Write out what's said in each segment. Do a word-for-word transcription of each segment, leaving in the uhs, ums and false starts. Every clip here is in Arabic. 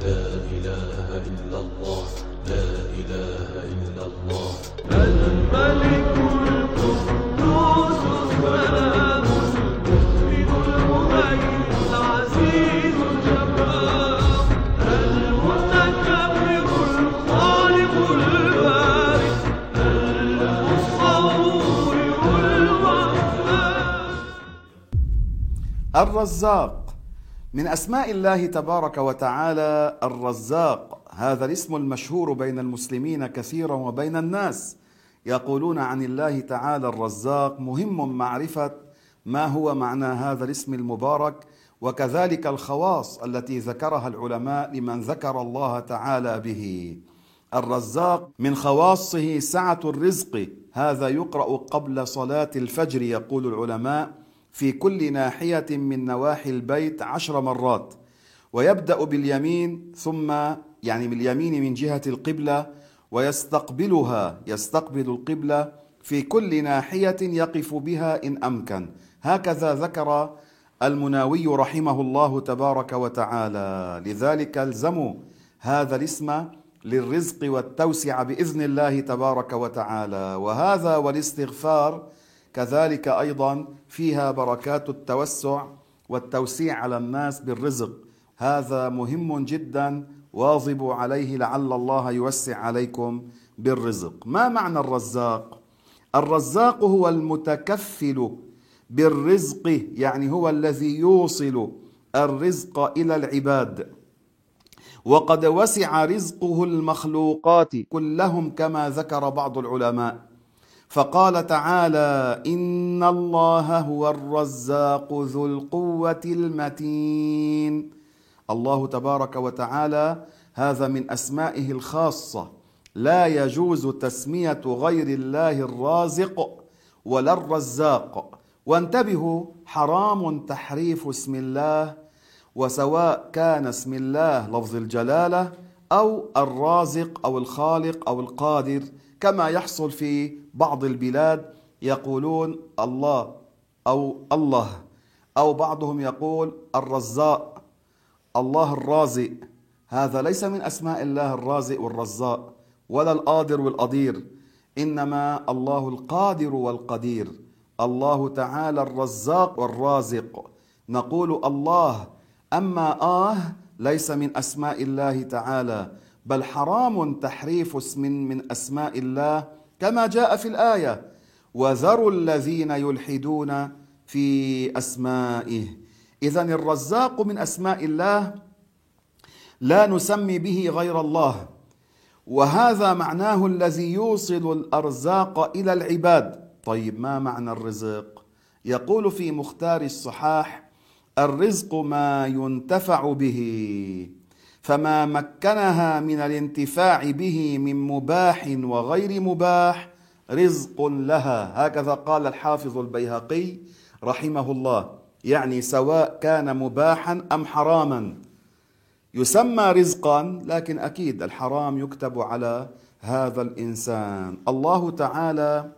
لا إله إلا الله، لا إله إلا الله. الملك القدوس السلام المؤمن المهيمن العزيز الجبار المتكبر الخالق البارئ المصور الوهاب. الرزاق من أسماء الله تبارك وتعالى. الرزاق هذا الاسم المشهور بين المسلمين كثيرا وبين الناس، يقولون عن الله تعالى الرزاق. مهم معرفة ما هو معنى هذا الاسم المبارك، وكذلك الخواص التي ذكرها العلماء لمن ذكر الله تعالى به. الرزاق من خواصه سعة الرزق، هذا يقرأ قبل صلاة الفجر يقول العلماء في كل ناحية من نواحي البيت عشر مرات، ويبدأ باليمين ثم يعني باليمين من جهة القبلة ويستقبلها يستقبل القبلة في كل ناحية يقف بها إن أمكن. هكذا ذكر المناوي رحمه الله تبارك وتعالى. لذلك الزموا هذا الاسم للرزق والتوسع بإذن الله تبارك وتعالى. وهذا والاستغفار كذلك أيضا فيها بركات التوسع والتوسيع على الناس بالرزق، هذا مهم جدا، واظبوا عليه لعل الله يوسع عليكم بالرزق. ما معنى الرزاق؟ الرزاق هو المتكفل بالرزق، يعني هو الذي يوصل الرزق إلى العباد، وقد وسع رزقه المخلوقات كلهم كما ذكر بعض العلماء، فقال تعالى: إن الله هو الرزاق ذو القوة المتين. الله تبارك وتعالى هذا من أسمائه الخاصة، لا يجوز تسمية غير الله الرازق ولا الرزاق. وانتبهوا، حرام تحريف اسم الله، وسواء كان اسم الله لفظ الجلالة أو الرازق أو الخالق أو القادر، كما يحصل في بعض البلاد يقولون الله أو الله، أو بعضهم يقول الرزاق، الله الرازق. هذا ليس من أسماء الله الرازق والرزاق ولا القادر والقدير، إنما الله القادر والقدير، الله تعالى الرزاق والرازق. نقول الله، أما آه ليس من أسماء الله تعالى، بل حرام تحريف اسم من أسماء الله كما جاء في الآية: وذروا الذين يلحدون في أسمائه. إذن الرزاق من أسماء الله، لا نسمي به غير الله، وهذا معناه الذي يوصل الأرزاق إلى العباد. طيب، ما معنى الرزق؟ يقول في مختار الصحاح: الرزق ما ينتفع به، فما مكنها من الانتفاع به من مباح وغير مباح رزق لها. هكذا قال الحافظ البيهقي رحمه الله، يعني سواء كان مباحا أم حراما يسمى رزقا، لكن أكيد الحرام يكتب على هذا الإنسان. الله تعالى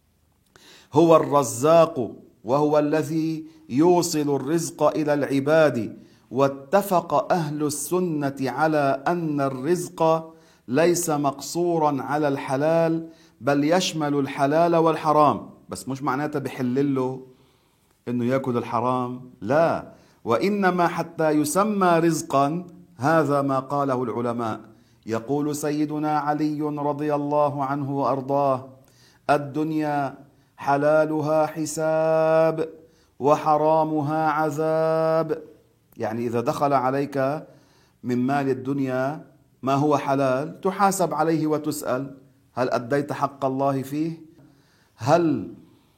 هو الرزاق، وهو الذي يوصل الرزق إلى العباد. واتفق أهل السنة على أن الرزق ليس مقصورا على الحلال، بل يشمل الحلال والحرام. بس مش معناته بحلل له إنه يأكل الحرام، لا، وإنما حتى يسمى رزقا. هذا ما قاله العلماء. يقول سيدنا علي رضي الله عنه وأرضاه: الدنيا حلالها حساب وحرامها عذاب. يعني إذا دخل عليك من مال الدنيا ما هو حلال تحاسب عليه وتسأل: هل أديت حق الله فيه؟ هل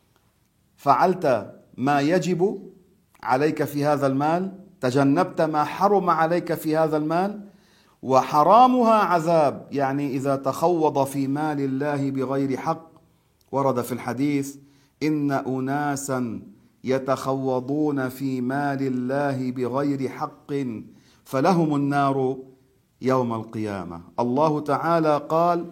فعلت ما يجب عليك في هذا المال؟ تجنبت ما حرم عليك في هذا المال؟ وحرامها عذاب، يعني إذا تخوض في مال الله بغير حق. ورد في الحديث: إن أناسا يتخوضون في مال الله بغير حق فلهم النار يوم القيامة. الله تعالى قال: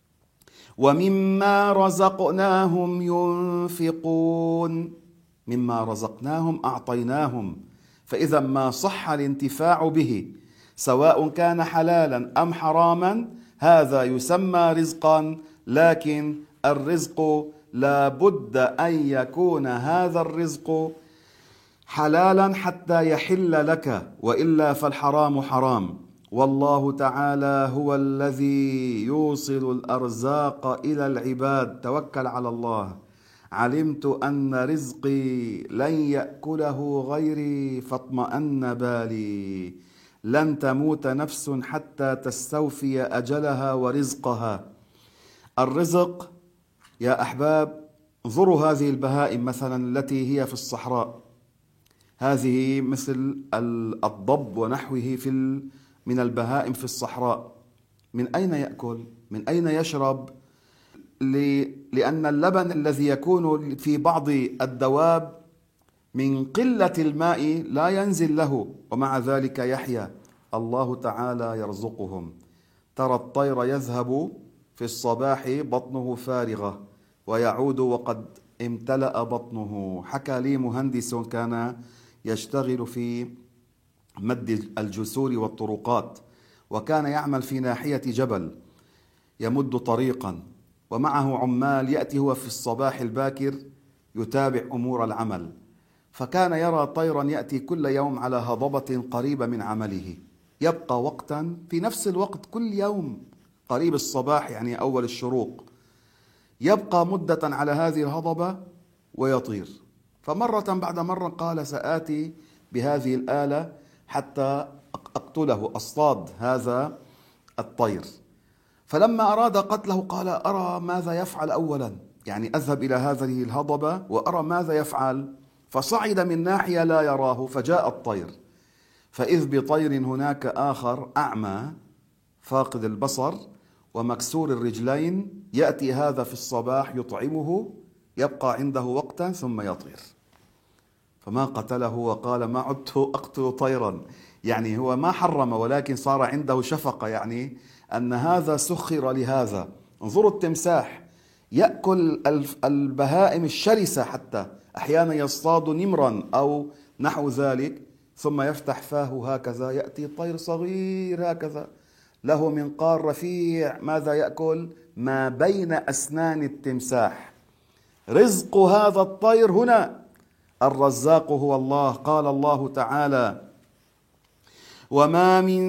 ومما رزقناهم ينفقون. مما رزقناهم أعطيناهم، فإذا ما صح الانتفاع به سواء كان حلالا أم حراما هذا يسمى رزقا، لكن الرزق لا بد أن يكون هذا الرزق حلالا حتى يحل لك، وإلا فالحرام حرام. والله تعالى هو الذي يوصل الأرزاق إلى العباد. توكل على الله. علمت أن رزقي لن يأكله غيري فاطمأن بالي. لن تموت نفس حتى تستوفي أجلها ورزقها. الرزق يا أحباب، انظروا هذه البهائم مثلا التي هي في الصحراء، هذه مثل الضب ونحوه في من البهائم في الصحراء، من أين يأكل؟ من أين يشرب؟ لأن اللبن الذي يكون في بعض الدواب من قلة الماء لا ينزل له، ومع ذلك يحيا. الله تعالى يرزقهم. ترى الطير يذهب في الصباح بطنه فارغة ويعود وقد امتلأ بطنه. حكى لي مهندس كان يشتغل في مد الجسور والطرقات، وكان يعمل في ناحية جبل يمد طريقا، ومعه عمال، يأتي هو في الصباح الباكر يتابع أمور العمل، فكان يرى طيرا يأتي كل يوم على هضبة قريبة من عمله، يبقى وقتا في نفس الوقت كل يوم قريب الصباح، يعني أول الشروق، يبقى مدة على هذه الهضبة ويطير. فمرة بعد مرة قال سآتي بهذه الآلة حتى أقتله، أصطاد هذا الطير. فلما أراد قتله قال أرى ماذا يفعل أولا، يعني أذهب إلى هذه الهضبة وأرى ماذا يفعل. فصعد من ناحية لا يراه، فجاء الطير، فإذ بطير هناك آخر أعمى فاقد البصر ومكسور الرجلين، يأتي هذا في الصباح يطعمه، يبقى عنده وقتا ثم يطير. فما قتله وقال ما عدت أقتل طيرا، يعني هو ما حرم ولكن صار عنده شفقة، يعني أن هذا سخر لهذا. انظروا التمساح يأكل البهائم الشرسة، حتى أحيانا يصطاد نمرا أو نحو ذلك، ثم يفتح فاه هكذا يأتي طير صغير هكذا له منقار رفيع، ماذا يأكل؟ ما بين أسنان التمساح. رزق هذا الطير هنا. الرزاق هو الله. قال الله تعالى وما من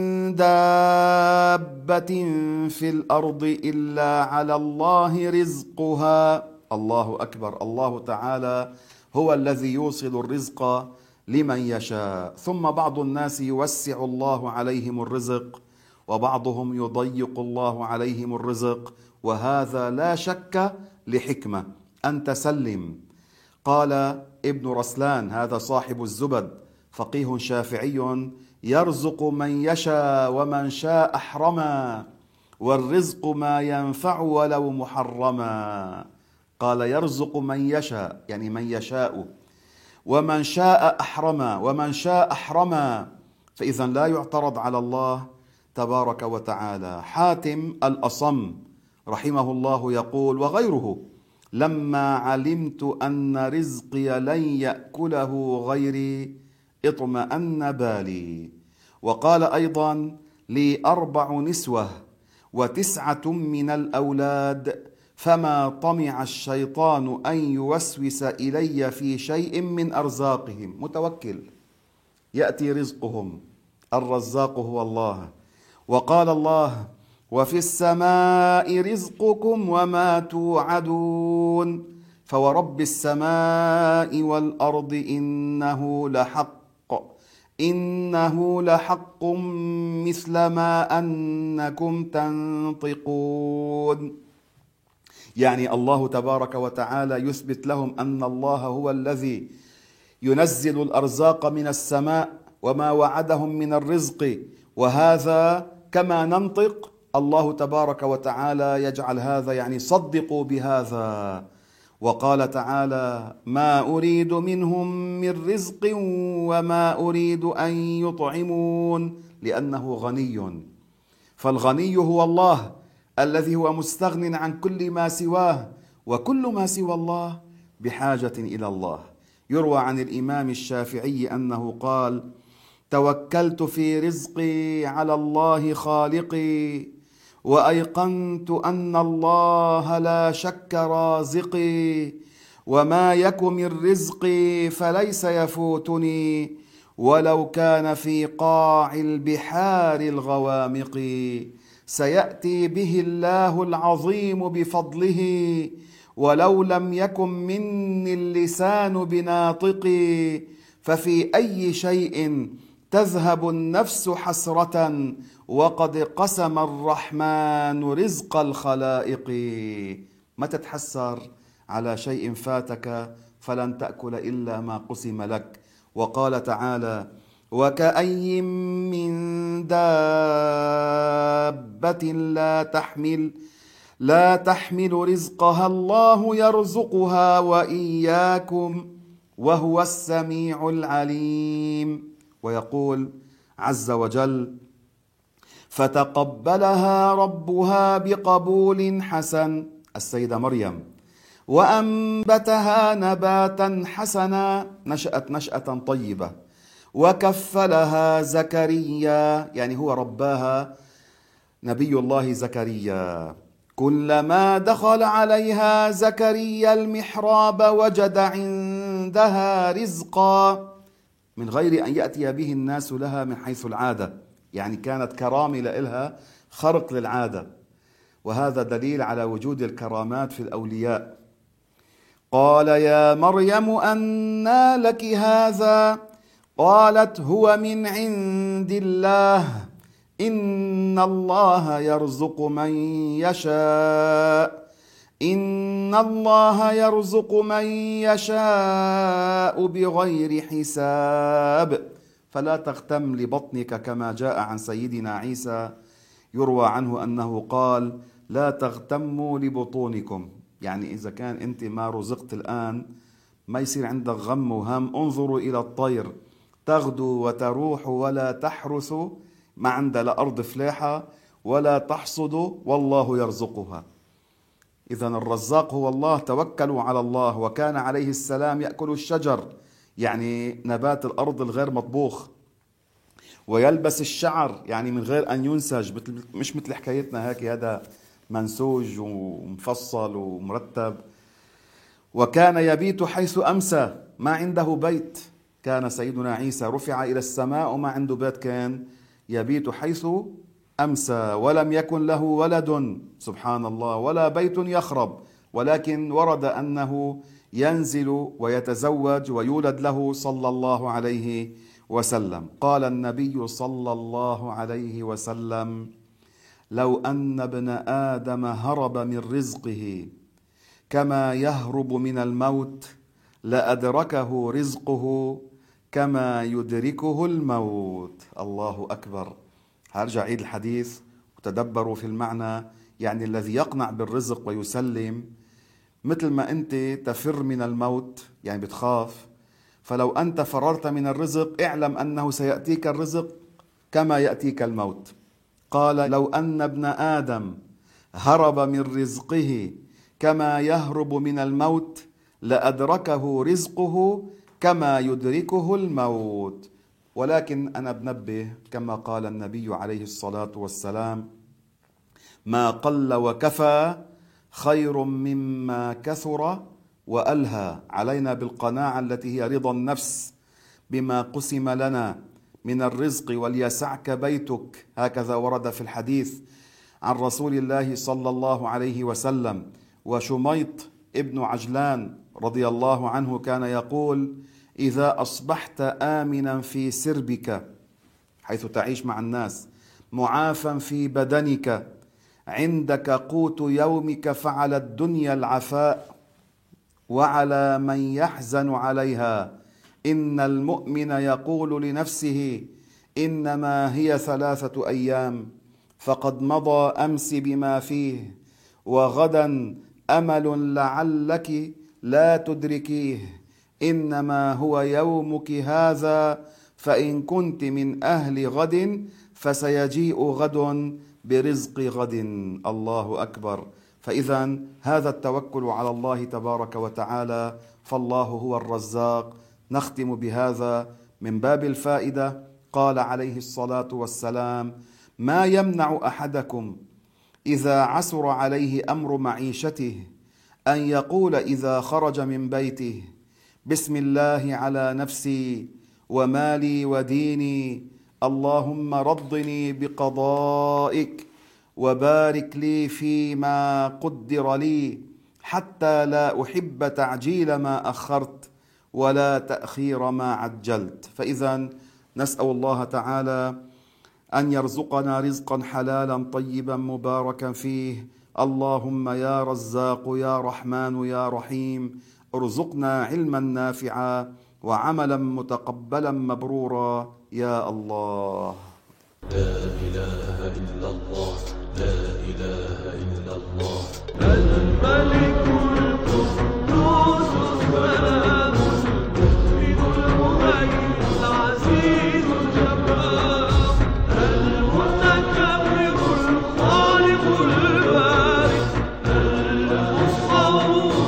دابة في الأرض إلا على الله رزقها. الله أكبر. الله تعالى هو الذي يوصل الرزق لمن يشاء. ثم بعض الناس يوسع الله عليهم الرزق، وبعضهم يضيق الله عليهم الرزق، وهذا لا شك لحكمة. أنت سلم. قال ابن رسلان هذا صاحب الزبد فقيه شافعي يرزق من يشاء ومن شاء أحرما، والرزق ما ينفع ولو محرما. قال يرزق من يشاء يعني من يشاء، ومن شاء أحرما ومن شاء أحرما، فإذا لا يعترض على الله تبارك وتعالى. حاتم الأصم رحمه الله يقول وغيره لما علمت أن رزقي لن يأكله غيري اطمأن بالي. وقال أيضا لي أربع نسوة وتسعة من الأولاد فما طمع الشيطان أن يوسوس إلي في شيء من أرزاقهم. متوكل، يأتي رزقهم. الرزاق هو الله. وقال الله وفي السماء رزقكم وما توعدون فورب السماء والأرض إنه لحق إنه لحق مثل ما أنكم تنطقون. يعني الله تبارك وتعالى يثبت لهم أن الله هو الذي ينزل الأرزاق من السماء وما وعدهم من الرزق، وهذا كما ننطق الله تبارك وتعالى يجعل هذا، يعني صدقوا بهذا. وقال تعالى ما أريد منهم من رزق وما أريد أن يطعمون، لأنه غني. فالغني هو الله الذي هو مستغن عن كل ما سواه، وكل ما سوى الله بحاجة إلى الله. يروى عن الإمام الشافعي أنه قال توكلت في رزقي على الله خالقي، وأيقنت أن الله لا شك رازقي، وما يك من رزقي فليس يفوتني ولو كان في قاع البحار الغوامق. سيأتي به الله العظيم بفضله، ولو لم يكن مني اللسان بناطقي. ففي أي شيء تذهب النفس حسرة وقد قسم الرحمن رزق الخلائق. ما تتحسر على شيء فاتك فلن تأكل إلا ما قسم لك. وقال تعالى: وكأي من دابة لا تحمل لا تحمل رزقها الله يرزقها وإياكم وهو السميع العليم. ويقول عز وجل: فتقبلها ربها بقبول حسن، السيدة مريم، وأنبتها نباتا حسنا، نشأت نشأة طيبة، وكفلها زكريا، يعني هو رباها نبي الله زكريا. كلما دخل عليها زكريا المحراب وجد عندها رزقا، من غير أن يأتي به الناس لها من حيث العادة، يعني كانت كرامة لها خرق للعادة، وهذا دليل على وجود الكرامات في الأولياء. قال: يا مريم أنى لك هذا؟ قالت: هو من عند الله، إن الله يرزق من يشاء إن الله يرزق من يشاء بغير حساب. فلا تغتم لبطنك، كما جاء عن سيدنا عيسى يروى عنه أنه قال: لا تغتموا لبطونكم، يعني إذا كان أنت ما رزقت الآن ما يصير عندك غم وهم. انظروا إلى الطير تغدو وتروح ولا تحرث، ما عندها لا أرض فلاحة ولا تحصد، والله يرزقها. إذن الرزاق هو الله. توكلوا على الله. وكان عليه السلام يأكل الشجر، يعني نبات الأرض الغير مطبوخ، ويلبس الشعر، يعني من غير أن ينسج، مش مثل حكايتنا هيك، هذا منسوج ومفصل ومرتب. وكان يبيت حيث أمسى، ما عنده بيت. كان سيدنا عيسى رفع إلى السماء وما عنده بيت، كان يبيت حيث أمسى، ولم يكن له ولد، سبحان الله، ولا بيت يخرب، ولكن ورد أنه ينزل ويتزوج ويولد له صلى الله عليه وسلم. قال النبي صلى الله عليه وسلم: لو أن ابن آدم هرب من رزقه كما يهرب من الموت لأدركه رزقه كما يدركه الموت. الله أكبر. هرجع عيد الحديث وتدبروا في المعنى، يعني الذي يقنع بالرزق ويسلم، مثل ما أنت تفر من الموت، يعني بتخاف، فلو أنت فررت من الرزق اعلم أنه سيأتيك الرزق كما يأتيك الموت. قال: لو أن ابن آدم هرب من رزقه كما يهرب من الموت لأدركه رزقه كما يدركه الموت. ولكن أنا بنبه كما قال النبي عليه الصلاة والسلام: ما قل وكفى خير مما كثر وألهى. علينا بالقناعة التي هي رضا النفس بما قسم لنا من الرزق، وليسعك بيتك، هكذا ورد في الحديث عن رسول الله صلى الله عليه وسلم. وشميط ابن عجلان رضي الله عنه كان يقول: إذا أصبحت آمنا في سربك، حيث تعيش مع الناس، معافا في بدنك، عندك قوت يومك، فعلى الدنيا العفاء وعلى من يحزن عليها. إن المؤمن يقول لنفسه: إنما هي ثلاثة أيام، فقد مضى أمس بما فيه، وغدا أمل لعلك لا تدركيه، إنما هو يومك هذا، فإن كنت من أهل غد فسيجيء غد برزق غد. الله أكبر. فإذا هذا التوكل على الله تبارك وتعالى، فالله هو الرزاق. نختم بهذا من باب الفائدة قال عليه الصلاة والسلام: ما يمنع أحدكم إذا عسر عليه أمر معيشته أن يقول إذا خرج من بيته: بسم الله على نفسي ومالي وديني، اللهم رضني بقضائك وبارك لي فيما قدر لي، حتى لا أحب تعجيل ما أخرت ولا تأخير ما عجلت. فإذا نسأل الله تعالى أن يرزقنا رزقا حلالا طيبا مباركا فيه. اللهم يا رزاق يا رحمن يا رحيم ارزقنا علما نافعا وعملا متقبلا مبرورا يا الله. لا إله إلا الله، لا إله إلا الله. الملك القدوس السلام المؤمن المهيمن العزيز الجبار المتكبر الخالق البارئ المصور